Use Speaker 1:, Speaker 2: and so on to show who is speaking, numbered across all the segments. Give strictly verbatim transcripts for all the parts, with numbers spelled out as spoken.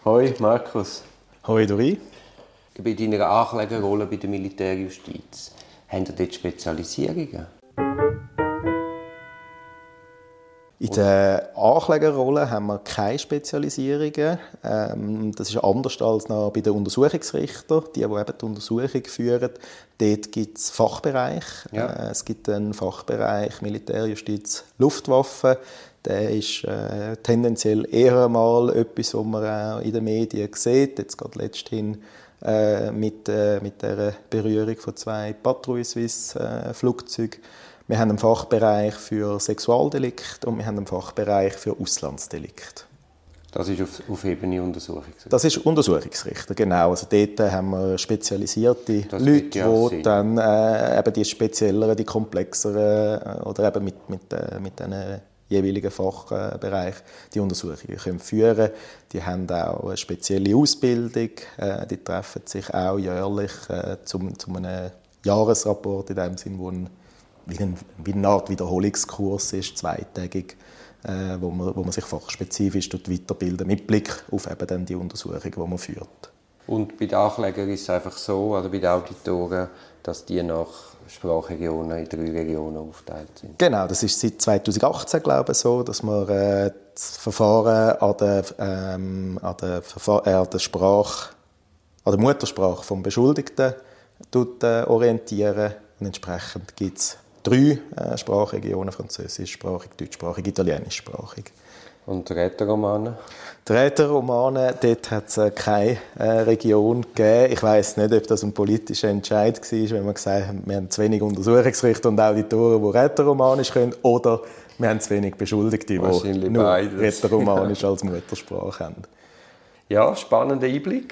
Speaker 1: Hoi Markus.
Speaker 2: Hoi Dori.
Speaker 1: Bei deiner Anklägerrolle bei der Militärjustiz, haben ihr dort Spezialisierungen?
Speaker 2: In der Anklägerrolle haben wir keine Spezialisierungen. Ähm, das ist anders als noch bei den Untersuchungsrichtern, die, die eben die Untersuchung führen. Dort gibt es Fachbereiche.
Speaker 1: Ja.
Speaker 2: Äh, es gibt einen Fachbereich Militärjustiz, Luftwaffe. Der ist äh, tendenziell eher einmal etwas, was man auch in den Medien sieht. Jetzt gerade letzthin äh, mit, äh, mit der Berührung von zwei Patrouille-Suisse-Flugzeugen. Wir haben einen Fachbereich für Sexualdelikte und wir haben einen Fachbereich für Auslandsdelikte.
Speaker 1: Das ist auf, auf Ebene Untersuchungsrichter?
Speaker 2: Das ist Untersuchungsrichter, genau. Also dort haben wir spezialisierte das Leute,
Speaker 1: ja
Speaker 2: die dann äh, eben die spezielleren, die komplexeren äh, oder eben mit, mit, äh, mit diesen jeweiligen Fachbereich die Untersuchungen können führen. Die haben auch eine spezielle Ausbildung. Äh, die treffen sich auch jährlich äh, zum, zu einem Jahresrapport in dem Sinn, wo ein Wie, ein, wie eine Art Wiederholungskurs ist, zweitägig, äh, wo, man, wo man sich fachspezifisch weiterbilden mit Blick auf eben dann die Untersuchung, die man führt.
Speaker 1: Und bei den Anklägern ist es einfach so, oder bei den Auditoren, dass die nach Sprachregionen in drei Regionen aufgeteilt sind?
Speaker 2: Genau, das ist seit zweitausendachtzehn, glaube ich, so, dass man äh, das Verfahren an der, ähm, an der, Verfahr- äh, an der Sprache, an der Muttersprache des Beschuldigten tut, äh, orientieren. Und entsprechend gibt es drei äh, Sprachregionen: französischsprachig, deutschsprachig, italienischsprachig.
Speaker 1: Und Rätoromane?
Speaker 2: Die Rätoromane, dort hat es äh, keine äh, Region gegeben. Ich weiss nicht, ob das ein politischer Entscheid war, wenn wir gesagt haben, wir haben zu wenig Untersuchungsrichter und Auditoren, die Rätoromanisch können, oder wir haben zu wenig Beschuldigte, die nur Rätoromanisch als Muttersprache haben.
Speaker 1: Ja, spannender Einblick.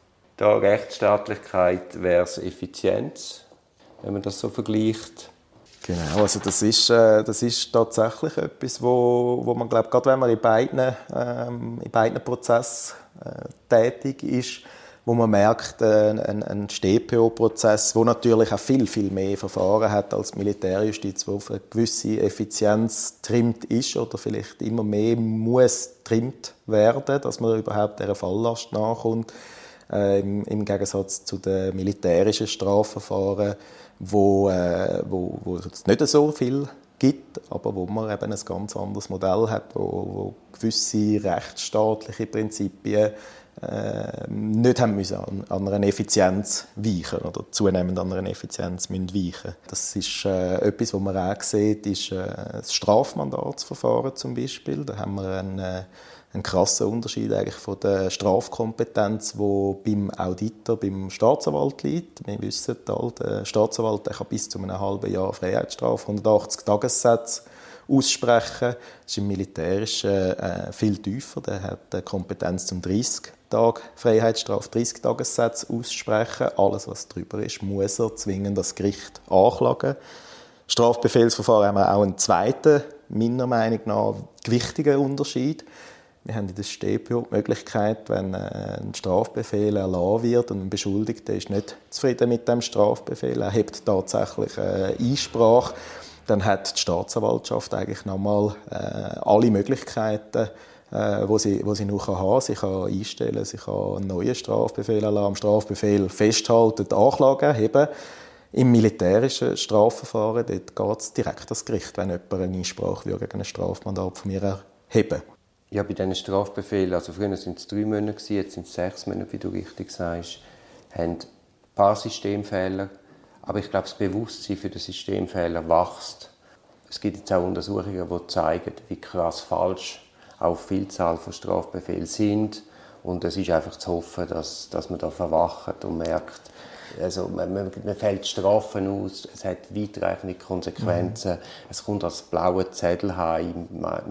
Speaker 1: Da Rechtsstaatlichkeit versus Effizienz, wenn man das so vergleicht.
Speaker 2: Genau, also das ist, äh, das ist tatsächlich etwas, wo, wo man glaubt, gerade wenn man in beiden, ähm, in beiden Prozessen äh, tätig ist, wo man merkt, äh, ein, ein S T P O-Prozess, wo natürlich auch viel, viel mehr Verfahren hat als die Militärjustiz, wo auf eine gewisse Effizienz trimmt ist oder vielleicht immer mehr muss trimmt werden, dass man überhaupt dieser Falllast nachkommt. Äh, im, im Gegensatz zu den militärischen Strafverfahren, wo, äh, wo, wo es nicht so viel gibt, aber wo man eben ein ganz anderes Modell hat, wo, wo gewisse rechtsstaatliche Prinzipien äh, nicht haben müssen an, an einer Effizienz weichen oder zunehmend an einer Effizienz müssen weichen. Das ist äh, etwas, was man auch sieht, ist äh, das Strafmandatsverfahren zum Beispiel. Da haben wir einen äh, Ein krasser Unterschied eigentlich von der Strafkompetenz, die beim Auditor, beim Staatsanwalt liegt. Wir wissen, der Staatsanwalt der kann bis zu einem halben Jahr Freiheitsstrafe, hundertachtzig Tagessätze aussprechen. Das ist im Militärischen äh, viel tiefer. Der hat die Kompetenz zum dreißig Tage Freiheitsstrafe, dreißig Tagessätze aussprechen. Alles, was darüber ist, muss er zwingend das Gericht anklagen. Strafbefehlsverfahren haben wir auch einen zweiten, meiner Meinung nach, gewichtigen Unterschied. Wir haben in der S T P O die Möglichkeit, wenn ein Strafbefehl erlassen wird und ein Beschuldigter ist nicht zufrieden mit dem Strafbefehl, er hebt tatsächlich äh, Einsprache, dann hat die Staatsanwaltschaft eigentlich nochmal äh, alle Möglichkeiten, äh, wo sie, wo sie noch haben kann. Sie kann einstellen, sie kann einen neuen Strafbefehl erlassen, am Strafbefehl festhalten, die Anklage erheben. Im militärischen Strafverfahren dort geht es direkt ans Gericht, wenn jemand eine Einsprache gegen ein Strafmandat von mir erheben.
Speaker 1: Ja, bei diesen Strafbefehlen, also früher waren es drei Monate, jetzt sind es sechs Monate, wie du richtig sagst, haben ein paar Systemfehler. Aber ich glaube, das Bewusstsein für den Systemfehler wächst. Es gibt jetzt auch Untersuchungen, die zeigen, wie krass falsch auch die Vielzahl von Strafbefehlen sind. Und es ist einfach zu hoffen, dass, dass man da verwacht und merkt, also man, man, man fällt Strafen aus, es hat weitreichende Konsequenzen, mhm. es kommt als blauer Zettel heim,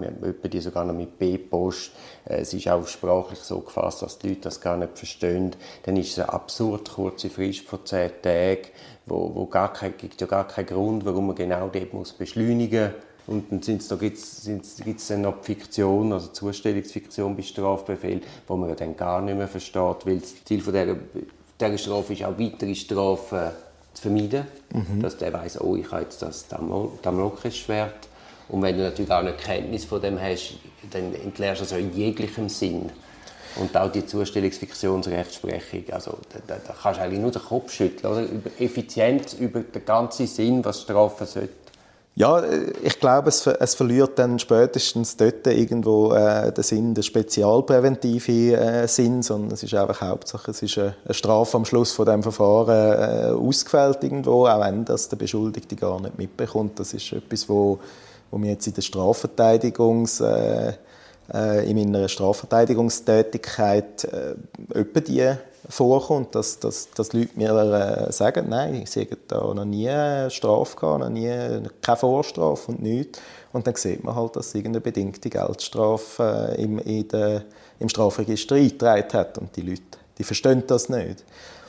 Speaker 1: die sogar noch mit B-Post. Es ist auch sprachlich so gefasst, dass die Leute das gar nicht verstehen. Dann ist es eine absurd kurze Frist von zehn Tagen, wo, wo gar kein, gibt ja gar keinen Grund, warum man genau dort muss beschleunigen muss. Und dann sind's, da gibt es dann noch die Fiktion, also die Zustellungsfiktion bei Strafbefehl, wo man ja dann gar nicht mehr versteht, weil das Ziel von dieser, dieser Strafe ist auch weitere Strafen zu vermeiden. Mhm. Dass der weiss, oh, ich habe jetzt das Damoklesschwert. Und wenn du natürlich auch eine Kenntnis von dem hast, dann entleerst du das ja in jeglichem Sinn. Und auch die Zustellungsfiktionsrechtsprechung, also da, da, da kannst du eigentlich nur den Kopf schütteln, oder? Über Effizienz, über den ganzen Sinn, was Strafen sollte.
Speaker 2: Ja, ich glaube, es, es verliert dann spätestens dort irgendwo äh, den Sinn, den spezialpräventiven äh, Sinn, sondern es ist einfach Hauptsache, es ist eine, eine Strafe am Schluss von dem Verfahren äh, ausgefällt irgendwo, auch wenn das der Beschuldigte gar nicht mitbekommt. Das ist etwas, wo, wo mir jetzt in der Strafverteidigungs äh, äh, in meiner Strafverteidigungstätigkeit äh, öppe die vorkommt, dass, dass, dass Leute mir äh, sagen, nein, sie haben da noch nie eine Strafe gehabt, noch nie keine Vorstrafe und nichts. Und dann sieht man halt, dass irgendeine bedingte Geldstrafe äh, im, in der, im Strafregister eingetragen hat. Und die Leute, die verstehen das nicht.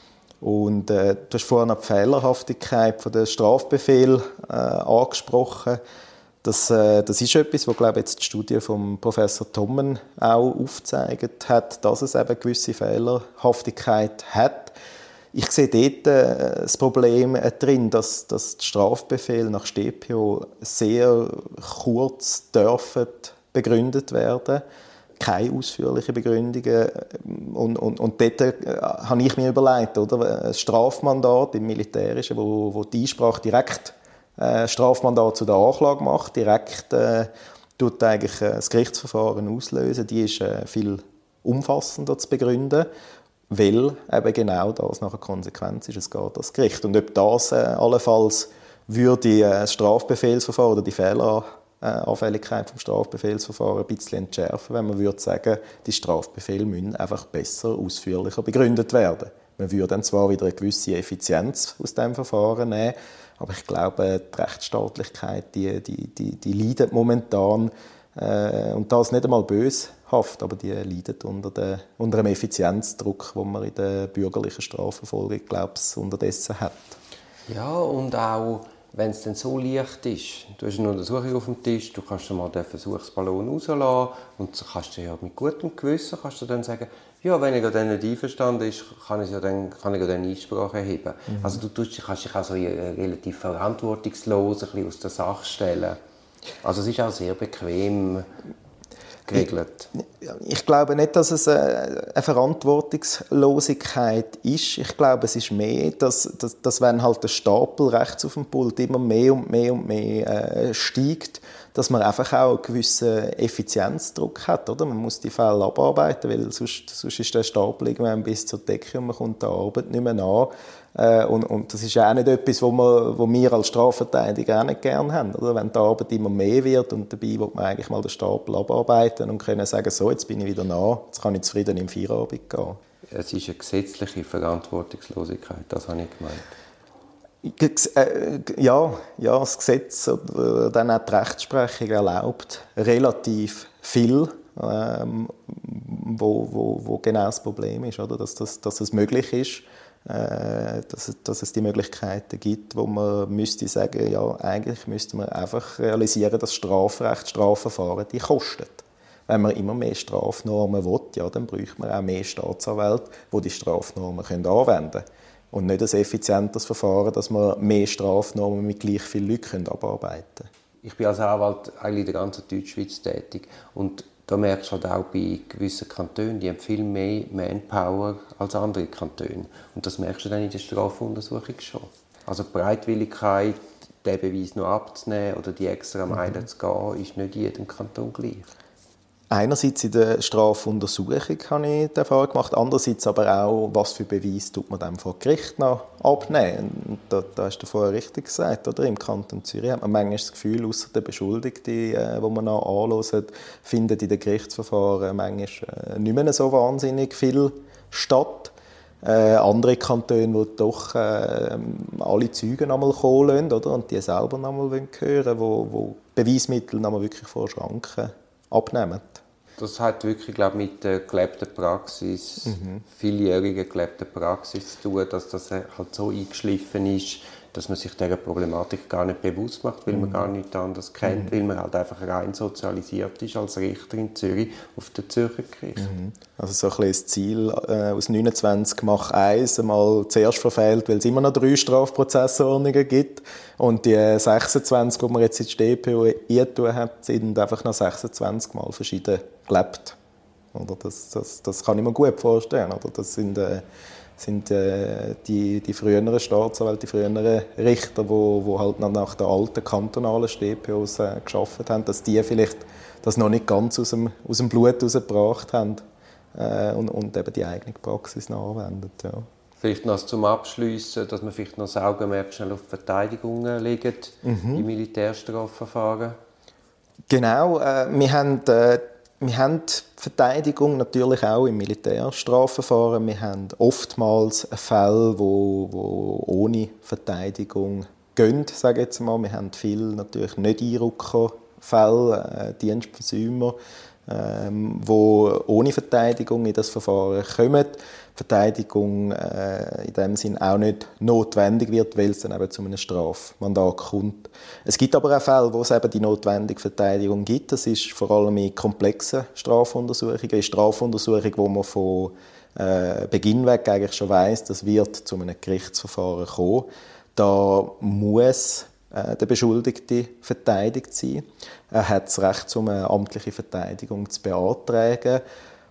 Speaker 2: Und äh, du hast vorhin die Fehlerhaftigkeit von der Strafbefehl äh, angesprochen. Das, äh, das ist etwas, was, glaube ich, jetzt die Studie von Professor Tommen auch aufgezeigt hat, dass es eben gewisse Fehlerhaftigkeit hat. Ich sehe dort äh, das Problem äh, drin, dass, dass die Strafbefehle nach StPO sehr kurz dürfen begründet werden, keine ausführlichen Begründungen. Und, und, und dort äh, habe ich mir überlegt, oder? Ein Strafmandat im Militärischen, wo, wo die Einsprache direkt Äh, Strafmandat zu der Anklage macht, direkt äh, tut eigentlich äh, das Gerichtsverfahren auslösen. Die ist äh, viel umfassender zu begründen, weil eben genau das nachher Konsequenz ist. Es geht an das Gericht. Und ob das äh, allenfalls würde äh, das Strafbefehlsverfahren oder die Fehleranfälligkeit vom Strafbefehlsverfahren ein bisschen entschärfen, wenn man würde sagen, die Strafbefehle müssen einfach besser, ausführlicher begründet werden. Man würde dann zwar wieder eine gewisse Effizienz aus diesem Verfahren nehmen, aber ich glaube, die Rechtsstaatlichkeit, die, die, die, die leidet momentan, äh, und das nicht einmal böshaft, aber die leidet unter, der, unter einem Effizienzdruck, den man in der bürgerlichen Strafverfolgung, glaube ich, unterdessen hat.
Speaker 1: Ja, und auch, wenn es dann so leicht ist, du hast eine Untersuchung auf dem Tisch, du kannst mal den Versuchsballon rauslassen und kannst du ja mit gutem Gewissen kannst du dann sagen, ja, wenn ich dann nicht einverstanden ist, kann ich ja dann, kann ich ja dann Einsprache erheben. Mhm. Also du tust, kannst dich auch so relativ verantwortungslos ein bisschen aus der Sache stellen. Also es ist auch sehr bequem geregelt.
Speaker 2: Ich, ich glaube nicht, dass es eine Verantwortungslosigkeit ist. Ich glaube, es ist mehr, dass, dass, dass wenn halt der Stapel rechts auf dem Pult immer mehr und mehr und mehr äh, steigt, dass man einfach auch einen gewissen Effizienzdruck hat. Oder? Man muss die Fälle abarbeiten, weil sonst, sonst ist der Stapel irgendwann bis zur Decke und man kommt der Arbeit nicht mehr nach. Äh, und, und das ist auch nicht etwas, wo wir, wo wir als Strafverteidiger auch nicht gerne haben. Oder? Wenn die Arbeit immer mehr wird und dabei will man eigentlich mal den Stapel abarbeiten und können sagen, so, jetzt bin ich wieder nah, jetzt kann ich zufrieden im Feierabend gehen.
Speaker 1: Es ist eine gesetzliche Verantwortungslosigkeit, das habe ich gemeint.
Speaker 2: Ja, ja, das Gesetz oder dann auch die Rechtsprechung erlaubt relativ viel, ähm, wo, wo, wo genau das Problem ist, oder? Dass, dass, dass es möglich ist, äh, dass, dass es die Möglichkeiten gibt, wo man müsste sagen, ja, eigentlich müsste man einfach realisieren, dass Strafrecht, Strafverfahren, die kostet. Wenn man immer mehr Strafnormen will, ja, dann bräuchte man auch mehr Staatsanwälte, die die Strafnormen anwenden können. Und nicht ein effizientes Verfahren, dass man mehr Strafnormen mit gleich vielen Leuten abarbeiten können.
Speaker 1: Ich bin als Anwalt eigentlich in der ganzen Deutschschweiz tätig. Und da merkst du halt auch bei gewissen Kantonen, die haben viel mehr Manpower als andere Kantone. Und das merkst du dann in der Strafuntersuchung schon. Also die Bereitwilligkeit, den Beweis noch abzunehmen oder die extra Meile mhm. zu gehen, ist nicht in jedem Kanton gleich.
Speaker 2: Einerseits in der Strafuntersuchung habe ich die Erfahrung gemacht, andererseits aber auch, was für Beweis tut man dann vor Gericht noch abnehmen. Und da, da hast du vorher richtig gesagt, oder? Im Kanton Zürich hat man manchmal das Gefühl, ausser der Beschuldigte, äh, wo man noch anhört, findet in den Gerichtsverfahren manchmal äh, nicht mehr so wahnsinnig viel statt. Äh, andere Kantone, die doch äh, alle Zeugen einmal kommen lassen, oder? Und die selber noch einmal hören, wo, wo Beweismittel noch mal wirklich vor Schranken abnehmen.
Speaker 1: Das hat wirklich, glaube ich, mit der gelebten Praxis, mhm. vieljährigen gelebten Praxis zu tun, dass das halt so eingeschliffen ist, dass man sich dieser Problematik gar nicht bewusst macht, weil mhm. man gar nichts anderes kennt, mhm. weil man halt einfach rein sozialisiert ist als Richter in Zürich auf der Zürcher Gericht. Mhm.
Speaker 2: Also so ein bisschen das Ziel äh, aus neunundzwanzig Mach eins einmal zuerst verfehlt, weil es immer noch drei Strafprozessordnungen gibt und die sechsundzwanzig, die man jetzt in die StPO eingetan hat, sind einfach noch sechsundzwanzig Mal verschieden gelebt. Oder? Das, das, das kann ich mir gut vorstellen. Oder? Das sind, äh, sind äh, die, die früheren Staatsanwälte, die früheren Richter, die wo, wo halt nach den alten kantonalen S t P Os äh, gearbeitet haben, dass die vielleicht das noch nicht ganz aus dem, aus dem Blut herausgebracht haben äh, und, und eben die eigene Praxis noch anwenden. Ja.
Speaker 1: Vielleicht noch zum Abschliessen, dass man vielleicht noch das Augenmerk schnell auf Verteidigungen legt mhm. im Militärstrafverfahren.
Speaker 2: Genau, äh, wir haben äh, Wir haben die Verteidigung natürlich auch im Militärstrafverfahren. Wir haben oftmals Fälle, wo, wo ohne Verteidigung gehen, sage ich jetzt mal. Wir haben viele natürlich nicht Einrückerfälle, äh, Dienstversäumer, ähm, wo ohne Verteidigung in das Verfahren kommen. Die Verteidigung äh, in dem Sinn auch nicht notwendig wird, weil es dann eben zu einem Strafmandat kommt. Es gibt aber auch Fälle, wo es eben die notwendige Verteidigung gibt. Das ist vor allem in komplexen Strafuntersuchungen, in Strafuntersuchungen, wo man von äh, Beginn weg eigentlich schon weiss, das wird zu einem Gerichtsverfahren kommen. Da muss äh, der Beschuldigte verteidigt sein. Er hat das Recht, um eine amtliche Verteidigung zu beantragen.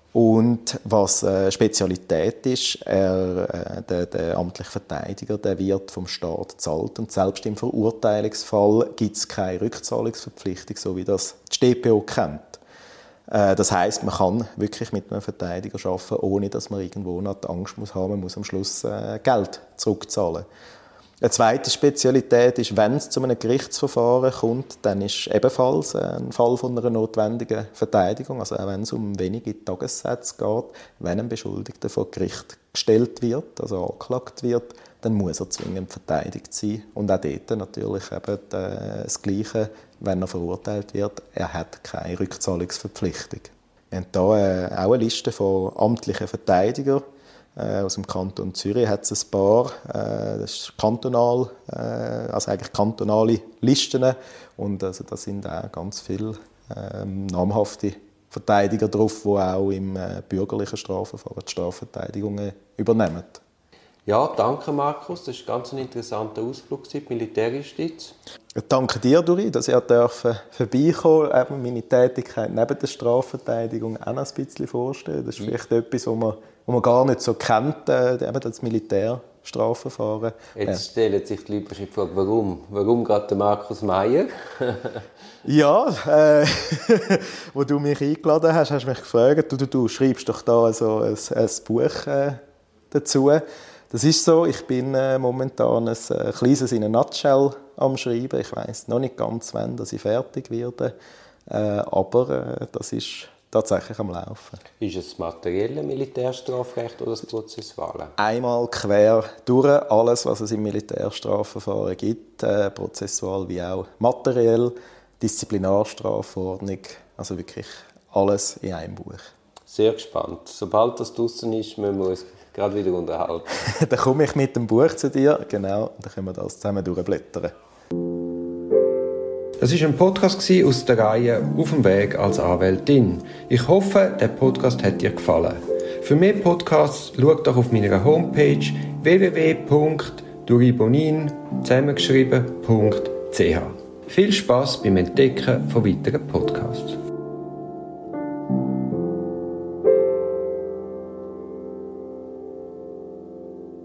Speaker 2: Und was äh, Spezialität ist, er, äh, der, der amtliche Verteidiger, der wird vom Staat bezahlt. Und selbst im Verurteilungsfall gibt es keine Rückzahlungsverpflichtung, so wie das die S t P O kennt. Äh, das heisst, man kann wirklich mit einem Verteidiger arbeiten, ohne dass man irgendwo noch die Angst muss haben, man muss am Schluss äh, Geld zurückzahlen. Eine zweite Spezialität ist, wenn es zu einem Gerichtsverfahren kommt, dann ist ebenfalls ein Fall von einer notwendigen Verteidigung, also auch wenn es um wenige Tagessätze geht, wenn ein Beschuldigter vor Gericht gestellt wird, also angeklagt wird, dann muss er zwingend verteidigt sein. Und auch dort natürlich eben das Gleiche, wenn er verurteilt wird, er hat keine Rückzahlungsverpflichtung. Wir haben hier auch eine Liste von amtlichen Verteidigern. Äh, aus dem Kanton Zürich hat es ein paar, äh, das ist kantonal, äh, also eigentlich kantonale Listen. Und also da sind auch ganz viele äh, namhafte Verteidiger drauf, die auch im äh, bürgerlichen Strafverfahren die Strafverteidigungen übernehmen.
Speaker 1: Ja, danke Markus, das war ganz ein interessanter Ausflug in die Militärjustiz.
Speaker 2: Danke dir, Duri, dass ich vorbeikommen durfte. Meine Tätigkeit neben der Strafverteidigung auch noch ein bisschen vorstellen. Das ist vielleicht etwas, was man, was man gar nicht so kennt, äh, eben das Militärstrafverfahren.
Speaker 1: Jetzt stellen sich die Leute die Frage, warum? Warum gerade Markus Meier?
Speaker 2: Ja, äh, wo du mich eingeladen hast, hast du mich gefragt, du, du, du schreibst doch da also ein, ein Buch äh, dazu. Das ist so, ich bin äh, momentan ein äh, kleines in a nutshell am Schreiben. Ich weiss noch nicht ganz, wann dass ich fertig werde, äh, aber äh, das ist tatsächlich am Laufen.
Speaker 1: Ist es das materielle Militärstrafrecht oder das prozessuale?
Speaker 2: Einmal quer durch alles, was es im Militärstrafverfahren gibt, äh, prozessual wie auch materiell, Disziplinarstrafverordnung, also wirklich alles in einem Buch.
Speaker 1: Sehr gespannt. Sobald das draussen ist, müssen wir uns gerade wieder unterhalten.
Speaker 2: Dann komme ich mit dem Buch zu dir, genau, und dann können wir das zusammen durchblättern.
Speaker 1: Das war ein Podcast aus der Reihe «Auf dem Weg als Anwältin». Ich hoffe, der Podcast hat dir gefallen. Für mehr Podcasts schau doch auf meiner Homepage w w w punkt duribonin zusammengeschrieben punkt c h. Viel Spass beim Entdecken von weiteren Podcasts.